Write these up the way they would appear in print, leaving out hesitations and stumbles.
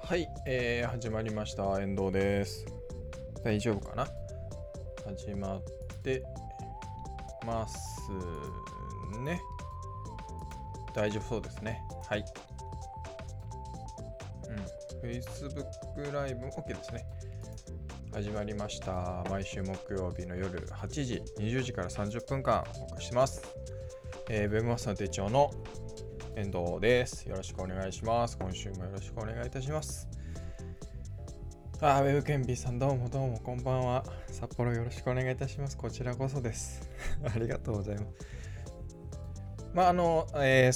はい、始まりました。遠藤です。大丈夫かな？始まってますね。大丈夫そうですね。はい。Facebook ライブ OK ですね。始まりました。毎週木曜日の夜8時、20時から30分間お送りします。ウェブマスター手帳の遠藤です。よろしくお願いします。今週もよろしくお願いいたします。ウェブケンビーさんどうもこんばんは。札幌よろしくお願いいたします。こちらこそです。ありがとうございます。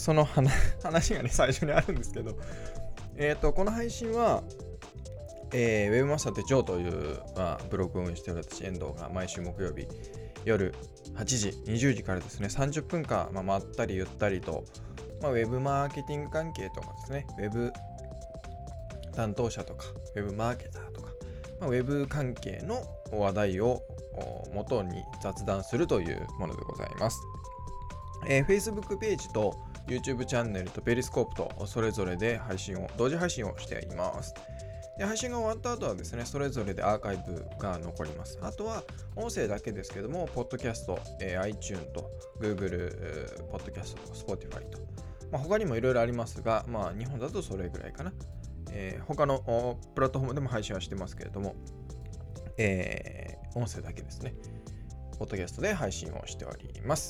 その話がね最初にあるんですけど、この配信は、ウェブマスター手帳という、ブログを運営している私遠藤が毎週木曜日夜8時20時からですね30分間、まったりゆったりと、ウェブマーケティング関係とかですね、ウェブ担当者とかウェブマーケターとか、ウェブ関係の話題を元に雑談するというものでございます。Facebook ページと YouTube チャンネルとペリスコープとそれぞれで同時配信をしています。で、配信が終わった後はですね、それぞれでアーカイブが残ります。あとは音声だけですけども、ポッドキャスト、iTunes と Google、ポッドキャストと Spotify と、他にもいろいろありますが、日本だとそれぐらいかな。他のプラットフォームでも配信はしてますけれども、音声だけですね。ポッドキャストで配信をしております。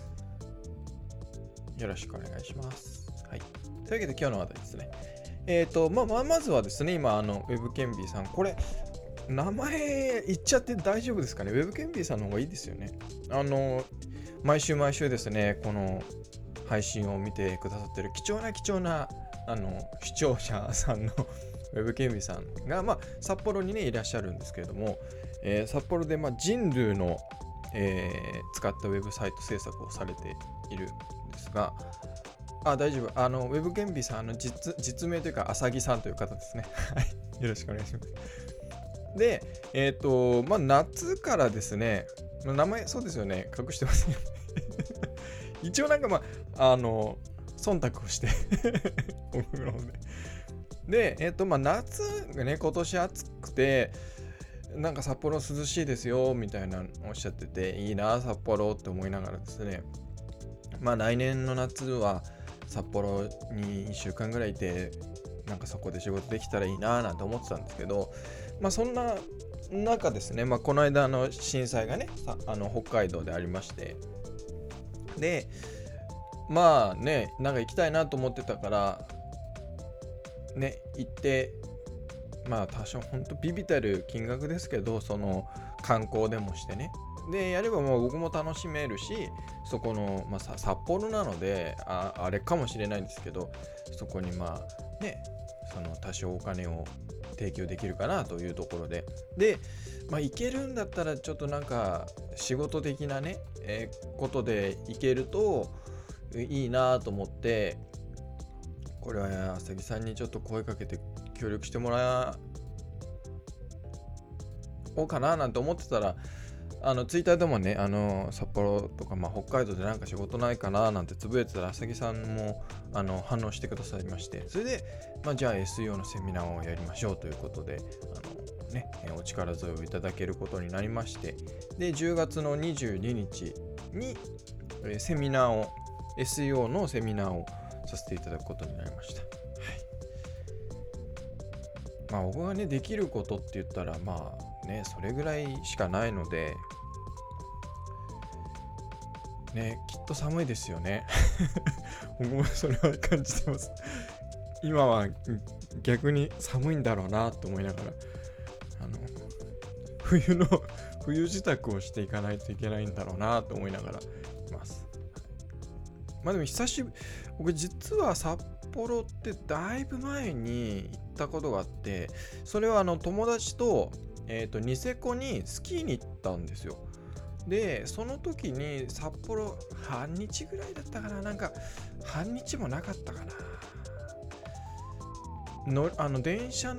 よろしくお願いします。はい。というわけで今日の話題ですね。まずはですね、今、ウェブケンビーさん、これ、名前言っちゃって大丈夫ですかね？ウェブケンビーさんの方がいいですよね。毎週ですね、この配信を見てくださってる貴重な視聴者さんのウェブケンビーさんが、札幌にねいらっしゃるんですけれども、札幌で、人類の、使ったウェブサイト制作をされているんですが、大丈夫。ウェブケンビーさん、実名というか、浅木さんという方ですね。はい。よろしくお願いします。で、夏からですね、名前、そうですよね、隠してますよ。一応忖度をして僕の方で。で、夏がね、今年暑くて、札幌涼しいですよ、みたいなおっしゃってて、いいな、札幌って思いながらですね、来年の夏は札幌に1週間ぐらいいて、そこで仕事できたらいいななんて思ってたんですけど、そんな中ですね、この間震災がね、北海道でありまして、で、行きたいなと思ってたからね、行って、多少本当ビビたる金額ですけど、その観光でもしてね、でやれば僕も楽しめるし、そこの、札幌なのであれかもしれないんですけど、そこにその多少お金を提供できるかなというところで、行けるんだったらちょっと仕事的なね、ことで行けるといいなと思って、これは浅木さんにちょっと声かけて協力してもらおうかななんて思ってたら、ツイッターでもね、札幌とか、北海道で仕事ないかななんてつぶやいてたら、浅木さんも反応してくださいまして、それで、じゃあ SEO のセミナーをやりましょうということで、お力添えをいただけることになりまして、で、10月の22日に、セミナーを、SEO のセミナーをさせていただくことになりました。はい。僕がね、できることって言ったら、それぐらいしかないので、きっと寒いですよね。僕もそれは感じてます。今は逆に寒いんだろうなと思いながら、冬支度をしていかないといけないんだろうなと思いながらいます。でも僕実は札幌ってだいぶ前に行ったことがあって、それは友達と、ニセコにスキーに行ったんですよ。で、その時に札幌半日ぐらいだったかな、半日もなかったかな。電車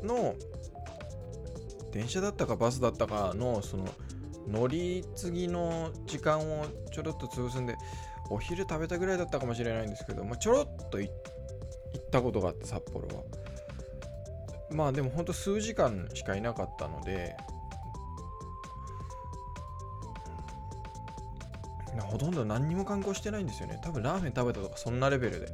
だったかバスだったかのその乗り継ぎの時間をちょろっと潰すんで、お昼食べたぐらいだったかもしれないんですけど、ちょろっと行ったことがあって、札幌は。 まあでもほんと数時間しかいなかったので、ほとんど何にも観光してないんですよね。多分ラーメン食べたとかそんなレベルで。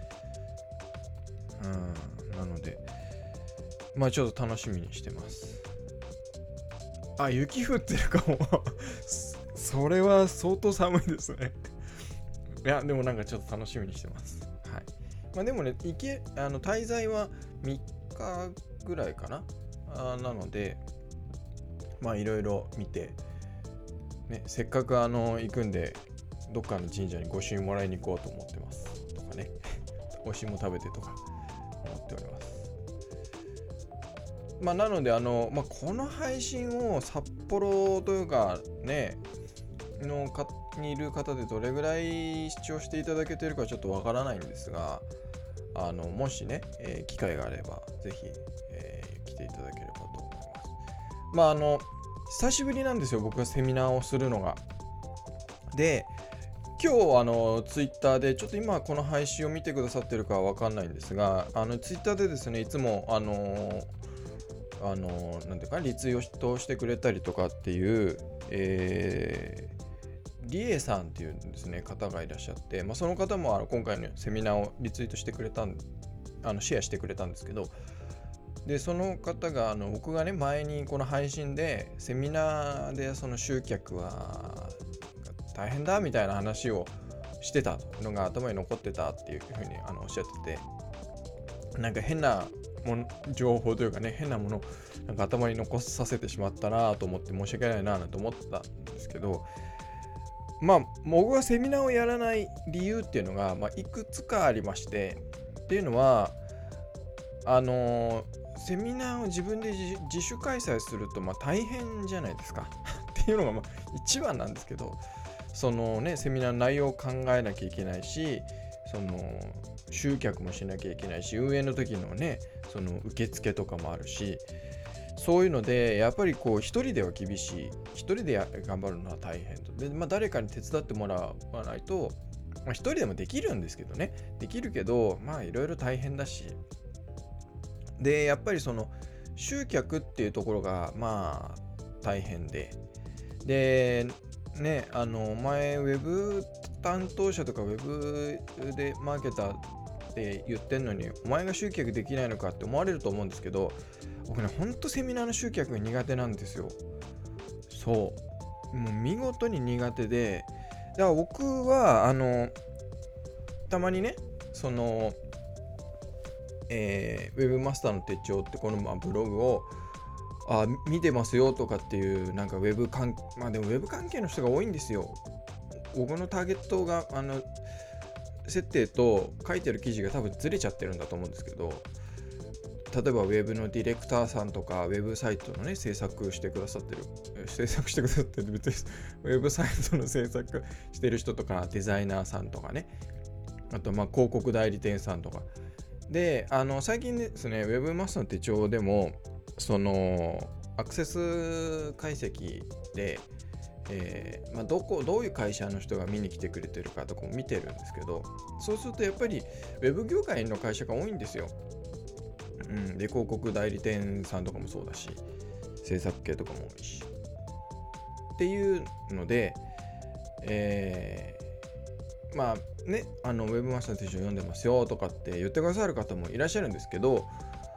なのでまあちょっと楽しみにしてます。あ、雪降ってるかもそれは相当寒いですねいやでもなんかちょっと楽しみにしてます。はい。まあでもね、滞在は3日ぐらいかな。なのでまあいろいろ見てね、せっかく行くんでどっかの神社に御朱印もらいに行こうと思ってますとかね御朱印も食べてとか思っております。まあなのでこの配信を札幌というかねにいる方でどれぐらい視聴していただけているかちょっとわからないんですが、もしね、機会があればぜひ、来ていただければと思います。まあ久しぶりなんですよ、僕がセミナーをするのが。で、今日ツイッターでちょっと今この配信を見てくださってるかは分かんないんですが、ツイッターでですね、いつもなんていうかリツイートしてくれたりとかっていう、リエさんっていうですね方がいらっしゃって、その方も今回のセミナーをリツイートしてくれたシェアしてくれたんですけど、でその方が僕がね前にこの配信でセミナーでその集客は大変だみたいな話をしてたのが頭に残ってたっていうふうにおっしゃってて、なんか変な情報というかね、変なものなんか頭に残させてしまったなと思って申し訳ないなと思ったんですけど、僕がセミナーをやらない理由っていうのが、いくつかありまして、っていうのはセミナーを自分で自主開催すると大変じゃないですかっていうのが一番なんですけど、そのねセミナーの内容を考えなきゃいけないし、その集客もしなきゃいけないし、運営の時のねその受付とかもあるし、そういうのでやっぱりこう一人では厳しい、一人で頑張るのは大変と。で、誰かに手伝ってもらわないと、一人でもできるんですけどね、できるけどいろいろ大変だし、でやっぱりその集客っていうところが大変でね、前ウェブ担当者とかウェブでマーケターって言ってんのにお前が集客できないのかって思われると思うんですけど、僕ねほんとセミナーの集客が苦手なんですよ。そうもう見事に苦手で、だから僕はたまにねそのウェブマスターの手帳ってこのブログを見てますよとかっていうなんかウェブでもウェブ関係の人が多いんですよ。僕のターゲットが設定と書いてる記事が多分ずれちゃってるんだと思うんですけど、例えばウェブのディレクターさんとかウェブサイトのね制作してくださってる別にウェブサイトの制作してる人とかデザイナーさんとかね、あと広告代理店さんとかで、最近ですねウェブマスターの手帳でもそのアクセス解析で、どういう会社の人が見に来てくれてるかとかも見てるんですけど、そうするとやっぱりウェブ業界の会社が多いんですよ。で広告代理店さんとかもそうだし、制作系とかも多いしっていうので、ウェブマスターの手帳読んでますよとかって言ってくださる方もいらっしゃるんですけど、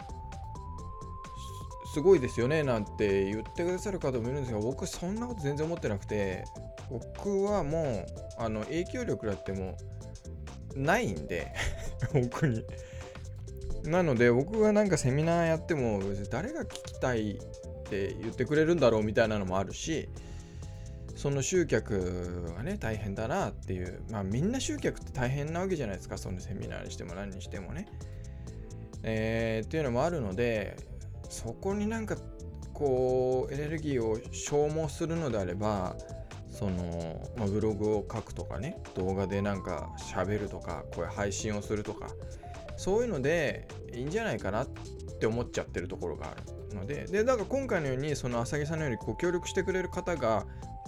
すごいですよねなんて言ってくださる方もいるんですが、僕そんなこと全然思ってなくて、僕はもう影響力だってもないんで僕になので僕がなんかセミナーやっても誰が聞きたいって言ってくれるんだろうみたいなのもあるし、その集客はね大変だなっていう、みんな集客って大変なわけじゃないですか、そのセミナーにしても何にしてもね、っていうのもあるので、そこになんかこうエネルギーを消耗するのであれば、その、ブログを書くとかね、動画でなんか喋るとか、こういう配信をするとか、そういうのでいいんじゃないかなって思っちゃってるところがあるので、だから今回のようにその浅木さんのようにご協力してくれる方が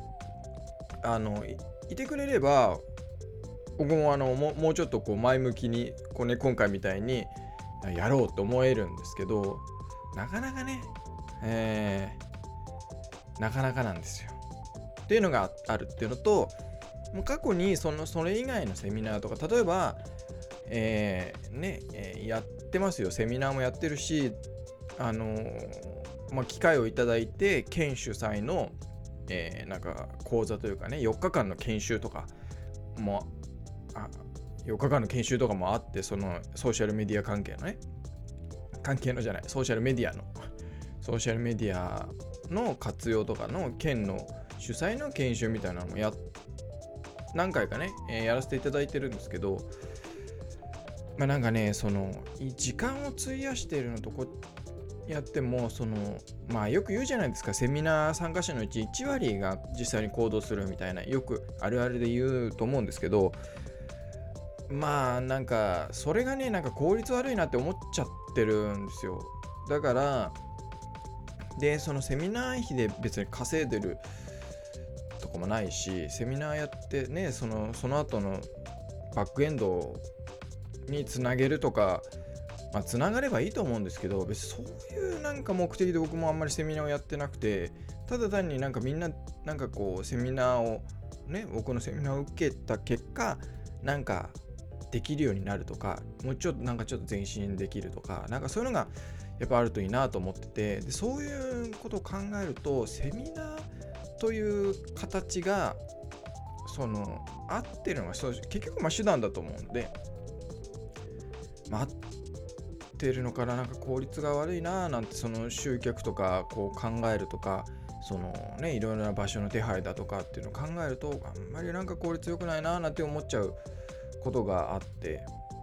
いてくれれば、僕ももうちょっとこう前向きに今回みたいにやろうと思えるんですけど、 なかなかね、なかなかなんですよっていうのがあるっていうのと、もう過去にそれ以外のセミナーとか、例えば、やってますよ。セミナーもやってるし、機会をいただいて県主催の、なんか講座というかね、4日間の研修とかも4日間の研修とかもあって、そのソーシャルメディア関係のね、ソーシャルメディアの活用とかの県の主催の研修みたいなのも何回かね、やらせていただいてるんですけど、なんかね、その時間を費やしているのとやっても、よく言うじゃないですか、セミナー参加者のうち1割が実際に行動するみたいな、よくあるあるで言うと思うんですけど、なんかそれがね、なんか効率悪いなって思っちゃってるんですよ。だからで、そのセミナー費で別に稼いでるとかもないし、セミナーやってね、その後のバックエンドにつなげるとか、つながればいいと思うんですけど、別にそういうなんか目的で僕もあんまりセミナーをやってなくて、ただ単になんかみんななんかこうセミナーをね、僕のセミナーを受けた結果、なんかできるようになるとか、もうちょっとなんかちょっと前進できるとか、なんかそういうのがやっぱあるといいなと思ってて、でそういうことを考えると、セミナーという形が合ってるのが結局手段だと思うんで、合ってるのかな、なんか効率が悪いななんて、その集客とかこう考えるとか、いろいろな場所の手配だとかっていうのを考えると、あんまりなんか効率良くないななんて思っちゃうことがあって、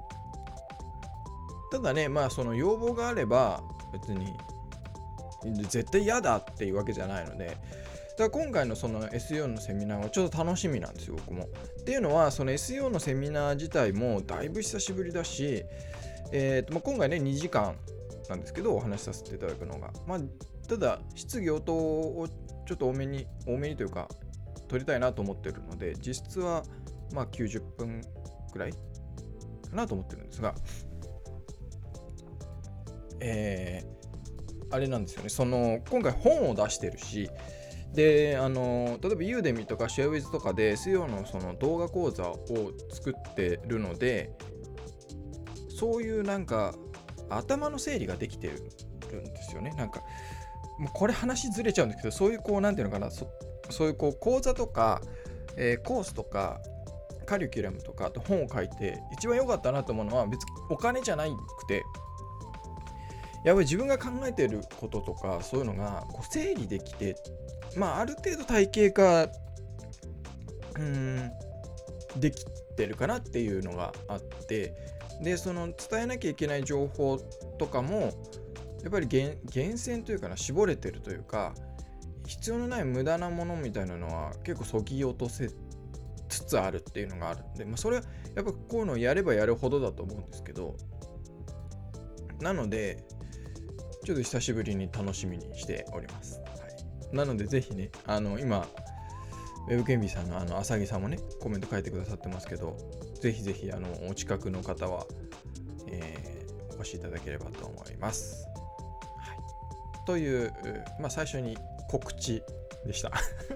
ただね、その要望があれば別に絶対嫌だっていうわけじゃないので、だから今回のその SEO のセミナーはちょっと楽しみなんですよ、僕も。っていうのは、その SEO のセミナー自体もだいぶ久しぶりだし、今回ね2時間なんですけど、お話しさせていただくのが、ただ質疑応答をちょっと多めにというか取りたいなと思ってるので、実質は90分くらいかなと思ってるんですが、あれなんですよね、今回本を出してるし、で例えばユーデミとかシェアウィズとかで SEO のその動画講座を作ってるので、そういうなんか頭の整理ができてるんですよね。なんかもうこれ話ずれちゃうんですけど、そういうこうなんていうのかな、そういうこう講座とか、コースとかカリキュラムとかあと本を書いて一番良かったなと思うのは、別にお金じゃなくて、やっぱり自分が考えていることとかそういうのがこう整理できて、ある程度体系化できてるかなっていうのがあって、でその伝えなきゃいけない情報とかもやっぱり厳選というかな、絞れてるというか、必要のない無駄なものみたいなのは結構そぎ落とせつつあるっていうのがあるんで、それはやっぱこういうのをやればやるほどだと思うんですけど、なのでちょっと久しぶりに楽しみにしております。なのでぜひね、今ウェブケンビーさんの浅木さんもねコメント書いてくださってますけど、ぜひぜひお近くの方は、お越しいただければと思います。という、最初に告知でした。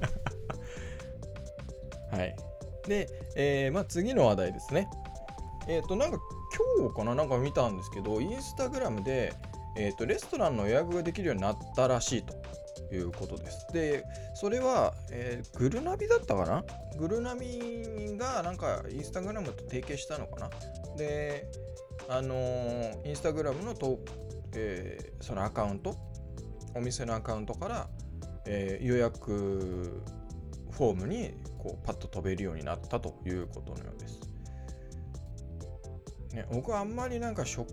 はい。で、次の話題ですね。なんか今日かな、なんか見たんですけど、インスタグラムで、レストランの予約ができるようになったらしいということです。で、それは、グルナビだったかな？グルナビがなんかインスタグラムと提携したのかな？で、インスタグラムのそのアカウント、お店のアカウントから、予約フォームにこうパッと飛べるようになったということのようです。ね、僕はあんまりなんか食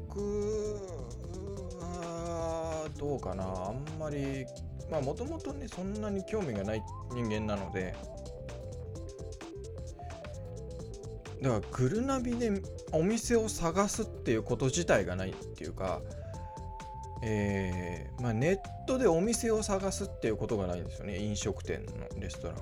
はどうかな、あんまりもともとねそんなに興味がない人間なので、だからグルナビでお店を探すっていうこと自体がないっていうか、ネットでお店を探すっていうことがないんですよね、飲食店のレストラン。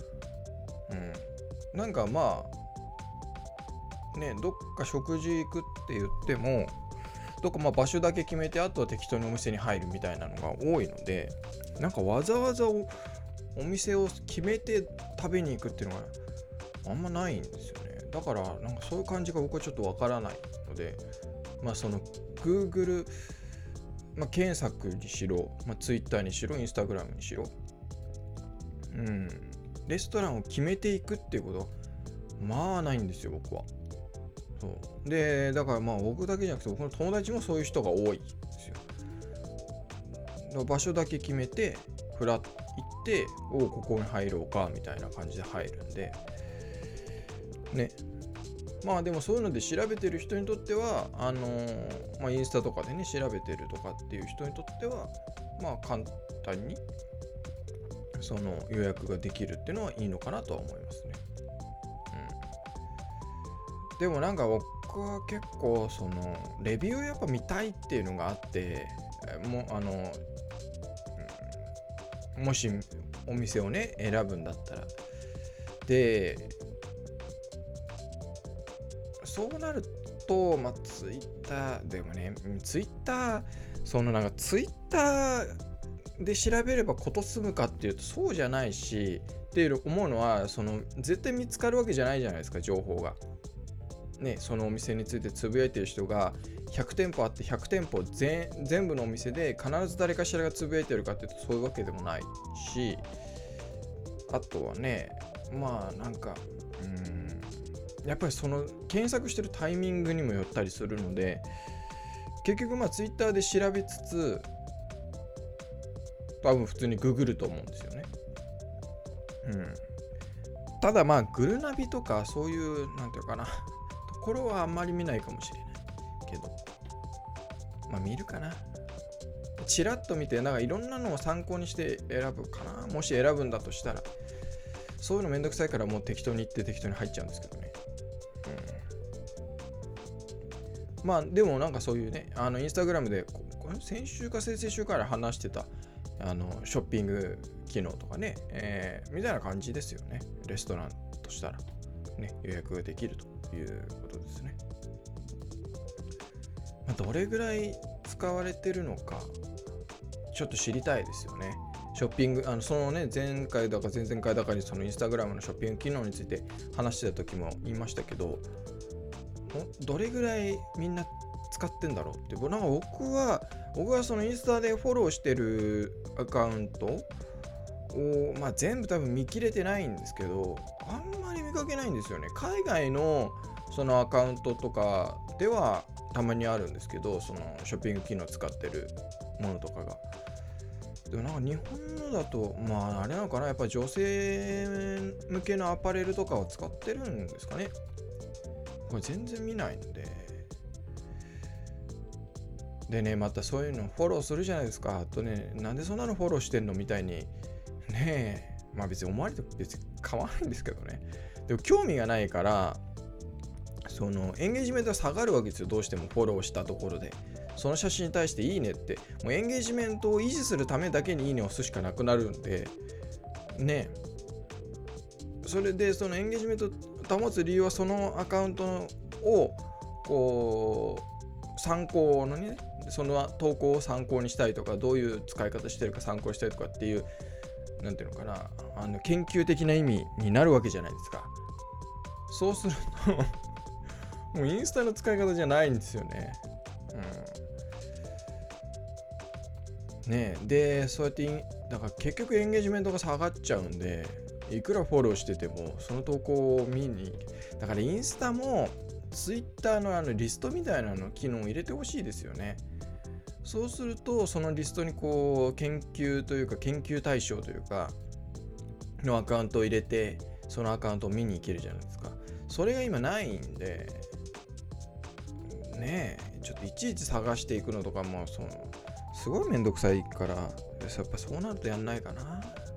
なんかどっか食事行くって言っても、 とか、場所だけ決めてあとは適当にお店に入るみたいなのが多いので、なんかわざわざお店を決めて食べに行くっていうのがあんまないんですよね。だからなんかそういう感じが僕はちょっとわからないので、その Google、検索にしろ、Twitter にしろ、Instagram にしろ、レストランを決めていくっていうことないんですよ、僕は。そうで、だから僕だけじゃなくて僕の友達もそういう人が多いんですよ。だから場所だけ決めてフラッと行ってここに入ろうかみたいな感じで入るんでね。でもそういうので調べてる人にとってはインスタとかでね調べてるとかっていう人にとっては簡単にその予約ができるっていうのはいいのかなとは思いますね。でもなんか僕は結構そのレビューをやっぱ見たいっていうのがあって、もしお店をね選ぶんだったら、でそうなるとツイッターでもね、ツイッターツイッターで調べれば事済むかっていうとそうじゃないし、って思うのは絶対見つかるわけじゃないじゃないですか、情報がね。そのお店についてつぶやいてる人が100店舗あって100店舗全部のお店で必ず誰かしらがつぶやいてるかっていうとそういうわけでもないし、あとはねやっぱりその検索してるタイミングにもよったりするので、結局ツイッターで調べつつ多分普通にググると思うんですよね。ただグルナビとかそういうなんていうかなところはあんまり見ないかもしれないけど、見るかな。チラッと見ていろんなのを参考にして選ぶかな。もし選ぶんだとしたら、そういうのめんどくさいからもう適当に行って適当に入っちゃうんですけどね。でもそういうね、インスタグラムで先週か先々週から話してたショッピング機能とかね、みたいな感じですよね。レストランとしたらね、予約ができるということですね。どれぐらい使われてるのかちょっと知りたいですよね。ショッピングそのね、前回だか前々回だかにそのインスタグラムのショッピング機能について話してた時も言いましたけど、どれぐらいみんな使ってんだろうって。僕はそのインスタでフォローしてるアカウントを全部多分見切れてないんですけど、あんまり見かけないんですよね。海外のそのアカウントとかではたまにあるんですけど、そのショッピング機能使ってるものとかが。でも日本のだとあれなのかな、やっぱ女性向けのアパレルとかを使ってるんですかね。これ全然見ないのでね、またそういうのフォローするじゃないですか。あとね、なんでそんなのフォローしてんのみたいにね別に思われて別に構わないんですけどね。でも興味がないからそのエンゲージメントが下がるわけですよ。どうしてもフォローしたところでその写真に対していいねってもうエンゲージメントを維持するためだけにいいねを押すしかなくなるんでね。それでそのエンゲージメントを保つ理由はそのアカウントを参考のね、その投稿を参考にしたいとか、どういう使い方してるか参考にしたいとかっていうなんていうのかな、研究的な意味になるわけじゃないですか。そうするともうインスタの使い方じゃないんですよね。でそうやってだから結局エンゲージメントが下がっちゃうんで、いくらフォローしててもその投稿を見に、だからインスタもツイッターのリストみたいなの機能を入れてほしいですよね。そうするとそのリストに研究というか研究対象というかのアカウントを入れてそのアカウントを見に行けるじゃないですか。それが今ないんでね、ちょっといちいち探していくのとかもすごいめんどくさいから、やっぱそうなるとやんないかな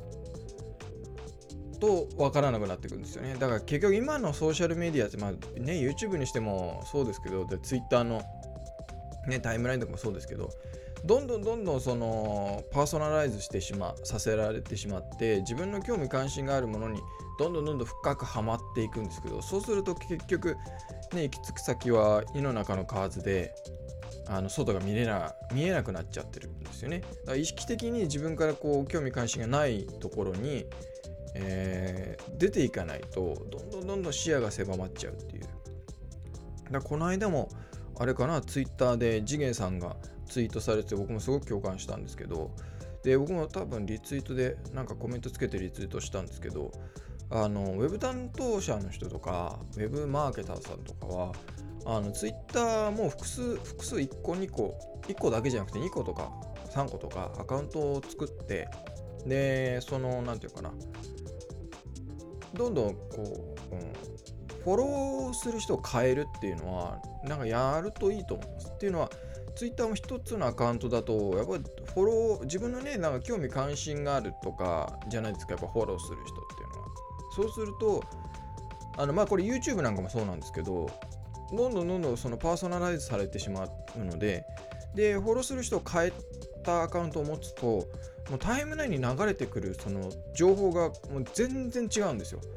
と分からなくなってくるんですよね。だから結局今のソーシャルメディアってYouTube にしてもそうですけど、で Twitter のタイムラインとかもそうですけど、どんどんそのパーソナライズしてさせられてしまって、自分の興味関心があるものにどんどん深くはまっていくんですけど、そうすると結局行き着く先は井の中の蛙で外が見えなくなっちゃってるんですよね。だから意識的に自分からこう興味関心がないところに、出ていかないとどんどん視野が狭まっちゃうっていう。だからこの間もあれかな、ツイッターで次元さんがツイートされて僕もすごく共感したんですけど、で僕も多分リツイートでなんかコメントつけてリツイートしたんですけど、ウェブ担当者の人とかウェブマーケターさんとかはツイッターも複数1個2個1個だけじゃなくて2個とか3個とかアカウントを作って、でなんていうかな、どんどんこう、フォローする人を変えるっていうのはなんかやるといいと思います。っていうのはツイッターも一つのアカウントだとやっぱりフォロー、自分のねなんか興味関心があるとかじゃないですか、やっぱフォローする人っていうのは。そうするとこれ YouTube なんかもそうなんですけど、どんどんそのパーソナライズされてしまうので、フォローする人を変えたアカウントを持つと、もうタイムラインに流れてくるその情報がもう全然違うんですよ。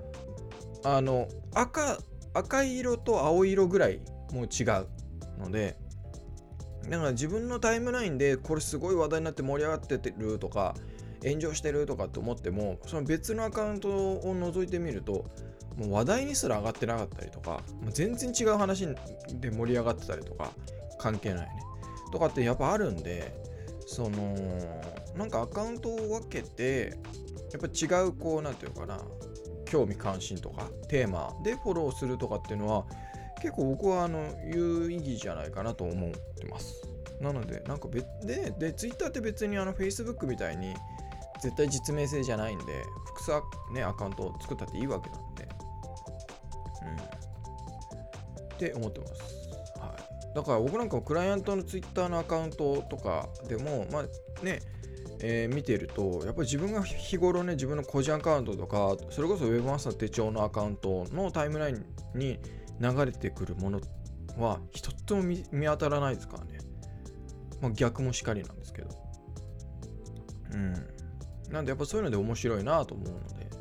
赤い色と青色ぐらいもう違うので、だから自分のタイムラインでこれすごい話題になって盛り上がってるとか炎上してるとかって思っても、その別のアカウントを覗いてみるともう話題にすら上がってなかったりとか、もう全然違う話で盛り上がってたりとか、関係ないねとかってやっぱあるんで、なんかアカウントを分けてやっぱ違うこうなんていうのかな、興味関心とかテーマでフォローするとかっていうのは結構僕は有意義じゃないかなと思ってます。なのでなんかで Twitter って別にFacebook みたいに絶対実名性じゃないんで、複数ねアカウントを作ったっていいわけなんで、って思ってます。はい。だから僕なんかもクライアントの Twitter のアカウントとかでも見てると、やっぱり自分が日頃ね自分の個人アカウントとか、それこそ Webmaster 手帳のアカウントのタイムラインに流れてくるものは一つも 見当たらないですからね。逆もしかりなんですけど、なんでやっぱそういうので面白いなと思うので、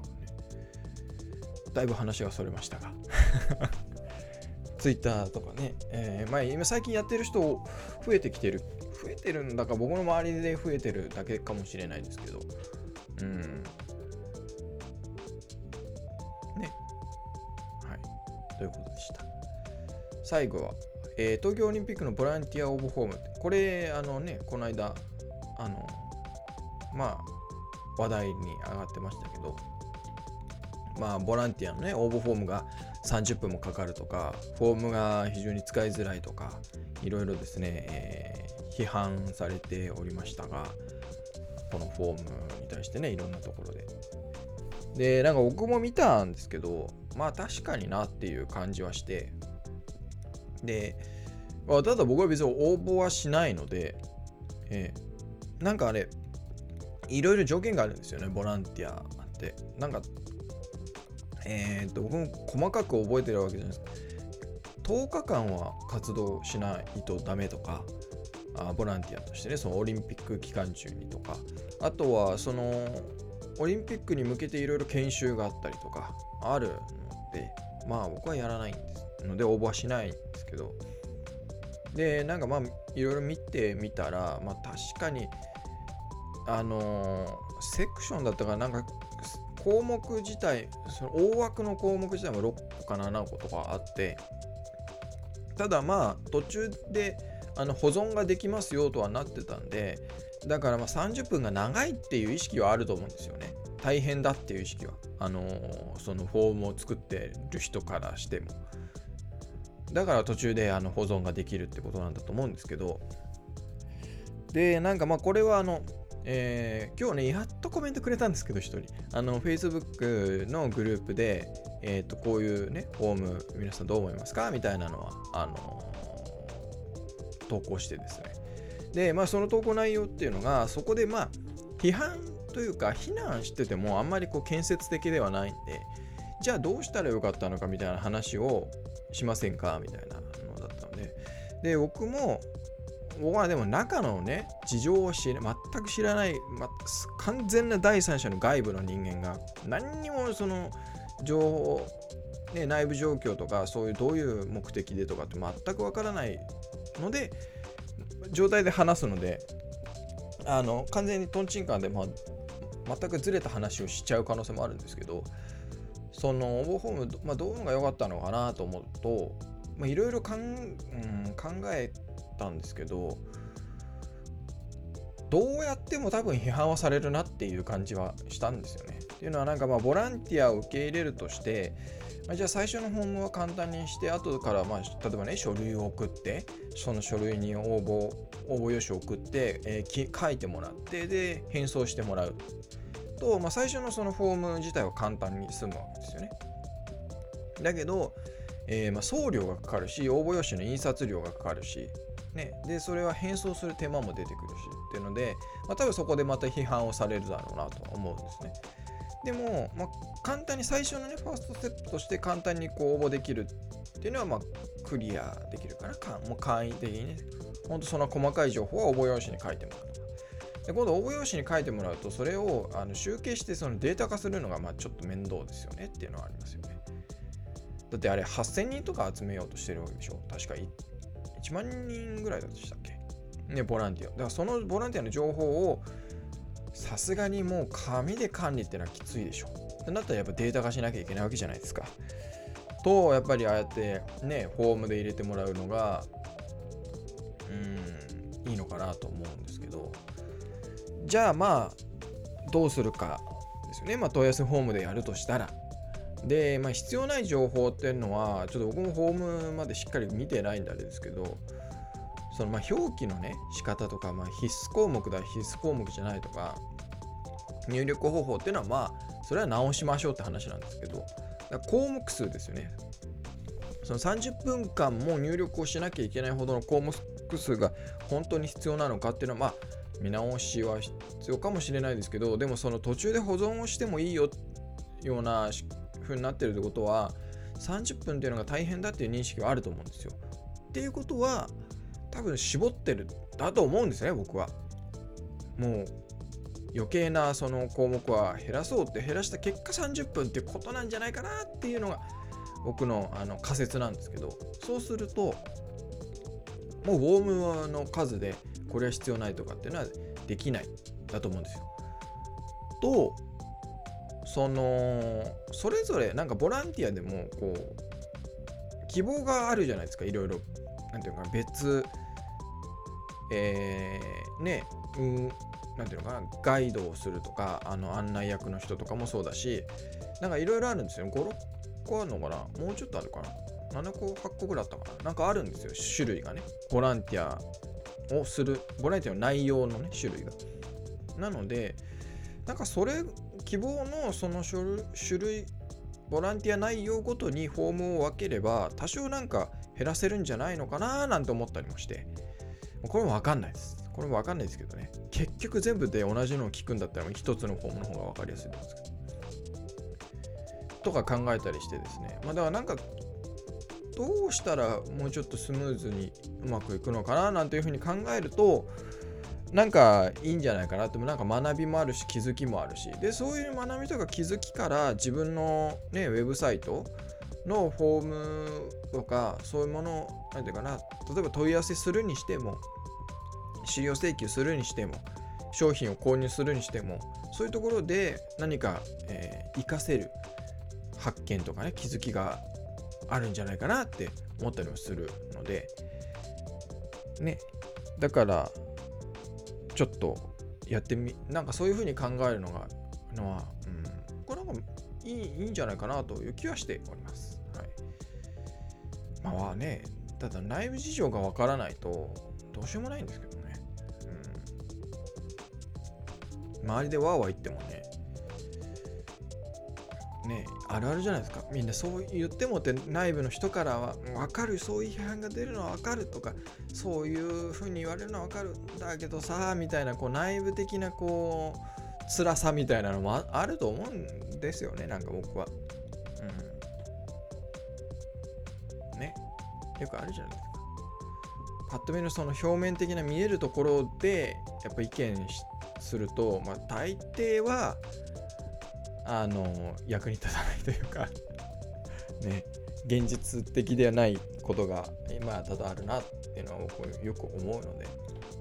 だいぶ話がそれましたがTwitter とかね、今最近やってる人増えてるんだか僕の周りで増えてるだけかもしれないですけど、ということでした。最後は、東京オリンピックのボランティア応募フォーム、これこの間話題に上がってましたけど、ボランティアのね応募フォームが30分もかかるとか、フォームが非常に使いづらいとか、いろいろですね、批判されておりましたが、このフォームに対してね、いろんなところでなんか僕も見たんですけど、確かになっていう感じはして、で、ただ僕は別に応募はしないので、なんかいろいろ条件があるんですよね、ボランティアって。なんか僕も細かく覚えてるわけじゃないです。10日間は活動しないとダメとか、ボランティアとしてね、そのオリンピック期間中にとか、あとはそのオリンピックに向けていろいろ研修があったりとかあるので、僕はやらないんですので応募はしないんですけど、でなんかいろいろ見てみたら、確かにセクションだったかなんか項目自体、その大枠の項目自体も6個か7個とかあって、ただ途中で保存ができますよとはなってたんで、だから30分が長いっていう意識はあると思うんですよね。大変だっていう意識はそのフォームを作ってる人からしても、だから途中で保存ができるってことなんだと思うんですけど、でなんかこれは今日ねやっとコメントくれたんですけど、一人Facebook のグループでこういうねフォーム皆さんどう思いますかみたいなのは投稿してですね、でその投稿内容っていうのが、そこで批判というか非難しててもあんまり建設的ではないんで、じゃあどうしたらよかったのかみたいな話をしませんかみたいなのだったので、僕はでも中のね事情を全く知らない、完全な第三者の外部の人間が何にもその情報ね、内部状況とかそういうどういう目的でとかって全くわからないので状態で話すので、完全にトンチンカンで、全くずれた話をしちゃう可能性もあるんですけど、その応募フォーム、どういうのが良かったのかなと思うと、いろいろ考えたんですけど、どうやっても多分批判はされるなっていう感じはしたんですよね。っていうのはなんかボランティアを受け入れるとして、じゃあ最初のフォームは簡単にして後から例えばね書類を送って、その書類に応募用紙を送って、書いてもらってで返送してもらうと、最初のそのフォーム自体は簡単に済むわけですよね。だけど、送料がかかるし、応募用紙の印刷料がかかるし、でそれは返送する手間も出てくるしっていうので、多分そこでまた批判をされるだろうなとは思うんですね。でも、簡単に最初のねファーストステップとして簡単に応募できるっていうのはクリアできるかな。もう簡易的にね、ほんとその細かい情報は応募用紙に書いてもらうとか。で今度応募用紙に書いてもらうと、それを集計してそのデータ化するのがちょっと面倒ですよねっていうのはありますよね。だってあれ8000人とか集めようとしてるわけでしょ。確か1万人ぐらいだとしたっけね、ボランティア。だからそのボランティアの情報をさすがにもう紙で管理ってのはきついでしょ。ってなったらやっぱデータ化しなきゃいけないわけじゃないですか。とやっぱりああやってねフォームで入れてもらうのがいいのかなと思うんですけど、じゃあどうするかですよね。問い合わせフォームでやるとしたら、で必要ない情報っていうのはちょっと僕もフォームまでしっかり見てないんであれですけど、その表記のね仕方とか、必須項目だ必須項目じゃないとか入力方法っていうのはそれは直しましょうって話なんですけど、項目数ですよね。その30分間も入力をしなきゃいけないほどの項目数が本当に必要なのかっていうのは見直しは必要かもしれないですけど、でもその途中で保存をしてもいいような風になってるってことは30分っていうのが大変だっていう認識はあると思うんですよ。っていうことは多分絞ってるだと思うんですね。僕はもう余計なその項目は減らそうって減らした結果30分ってことなんじゃないかなっていうのが僕の仮説なんですけど、そうするともうウォームの数でこれは必要ないとかっていうのはできないだと思うんですよ。とそれぞれなんかボランティアでも希望があるじゃないですか。いろいろなんていうのかな、別なんていうのかな、ガイドをするとか案内役の人とかもそうだし、なんかいろいろあるんですよ。5、6個あるのかな、もうちょっとあるかな、7個8個ぐらいあったかな、なんかあるんですよ、種類がね。ボランティアをするボランティアの内容のね種類が。なのでなんかそれ希望のその種類ボランティア内容ごとにフォームを分ければ多少なんか減らせるんじゃないのかななんて思ったりもして、これも分かんないです。これも分かんないですけどね。結局全部で同じのを聞くんだったら一つのフォームの方が分かりやすいと思うんですけど、とか考えたりしてですね。だからなんかどうしたらもうちょっとスムーズにうまくいくのかななんていうふうに考えるとなんかいいんじゃないかなって。なんか学びもあるし気づきもあるし、でそういう学びとか気づきから自分のねウェブサイトのフォームとかそういうものなんていうかな、例えば問い合わせするにしても資料請求するにしても商品を購入するにしても、そういうところで何か、活かせる発見とかね気づきがあるんじゃないかなって思ったりもするのでね。だからちょっとやってなんかそういう風に考えるのは、これなんかいいんじゃないかなという気はしております。はい。ね、ただ内部事情がわからないとどうしようもないんですけどね。周りでわーわー言ってもね、あるあるじゃないですか。みんなそう言ってもって内部の人からは分かる、そういう批判が出るのは分かるとか、そういう風に言われるのは分かるんだけどさみたいな内部的な辛さみたいなのもあると思うんですよね。なんか僕はね、よくあるじゃないですか。パッと見のその表面的な見えるところでやっぱ意見すると、大抵は役に立たないというかね、 現実的ではないことが今多々あるなっていうのは僕よく思うので、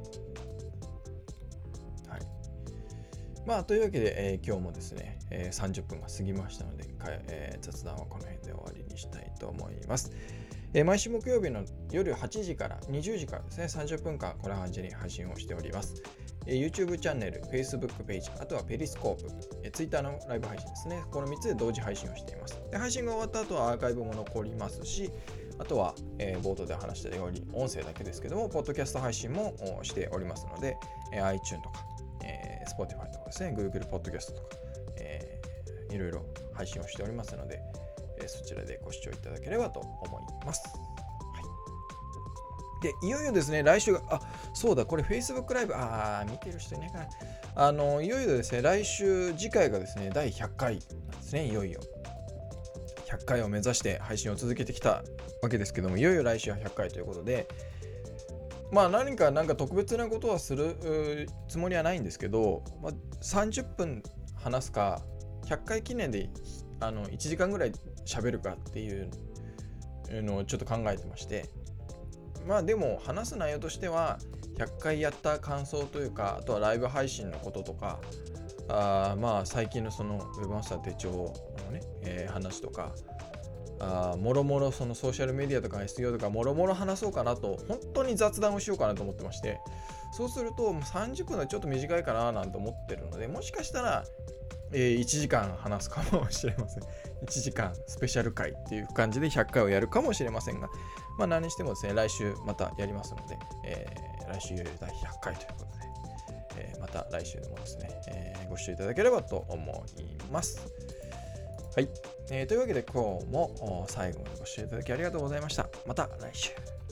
というわけで、今日もですね、30分が過ぎましたので、雑談はこの辺で終わりにしたいと思います。毎週木曜日の夜8時から20時からですね、30分間こんな感じに配信をしております。YouTube チャンネル、Facebook ページ、あとはペリスコープ、Twitter のライブ配信ですね。この3つで同時配信をしています。で、配信が終わった後はアーカイブも残りますし、あとは、冒頭で話したように音声だけですけども、ポッドキャスト配信もしておりますので、iTunes とか、Spotify とかですね、Google Podcast とか、いろいろ配信をしておりますので、そちらでご視聴いただければと思います。で、いよいよですね、来週が、そうだ、これ Facebook ライブ、見てる人いないかな。いよいよですね、来週、次回がですね、第100回なんですね、いよいよ。100回を目指して配信を続けてきたわけですけども、いよいよ来週は100回ということで、何か特別なことはするつもりはないんですけど、30分話すか、100回記念で1時間ぐらい喋るかっていうのをちょっと考えてまして、でも話す内容としては100回やった感想というか、あとはライブ配信のこととか、最近のその Webmaster 手帳のね、話とか、もろもろそのソーシャルメディアとか SEO とかもろもろ話そうかなと、本当に雑談をしようかなと思ってまして、そうすると30分はちょっと短いかななんて思ってるので、もしかしたら1時間話すかもしれません。1時間スペシャル回っていう感じで100回をやるかもしれませんが、何にしてもですね、来週またやりますので、来週第100回ということで、また来週もですね、ご視聴いただければと思います。はい、というわけで今日も最後までご視聴いただきありがとうございました。また来週。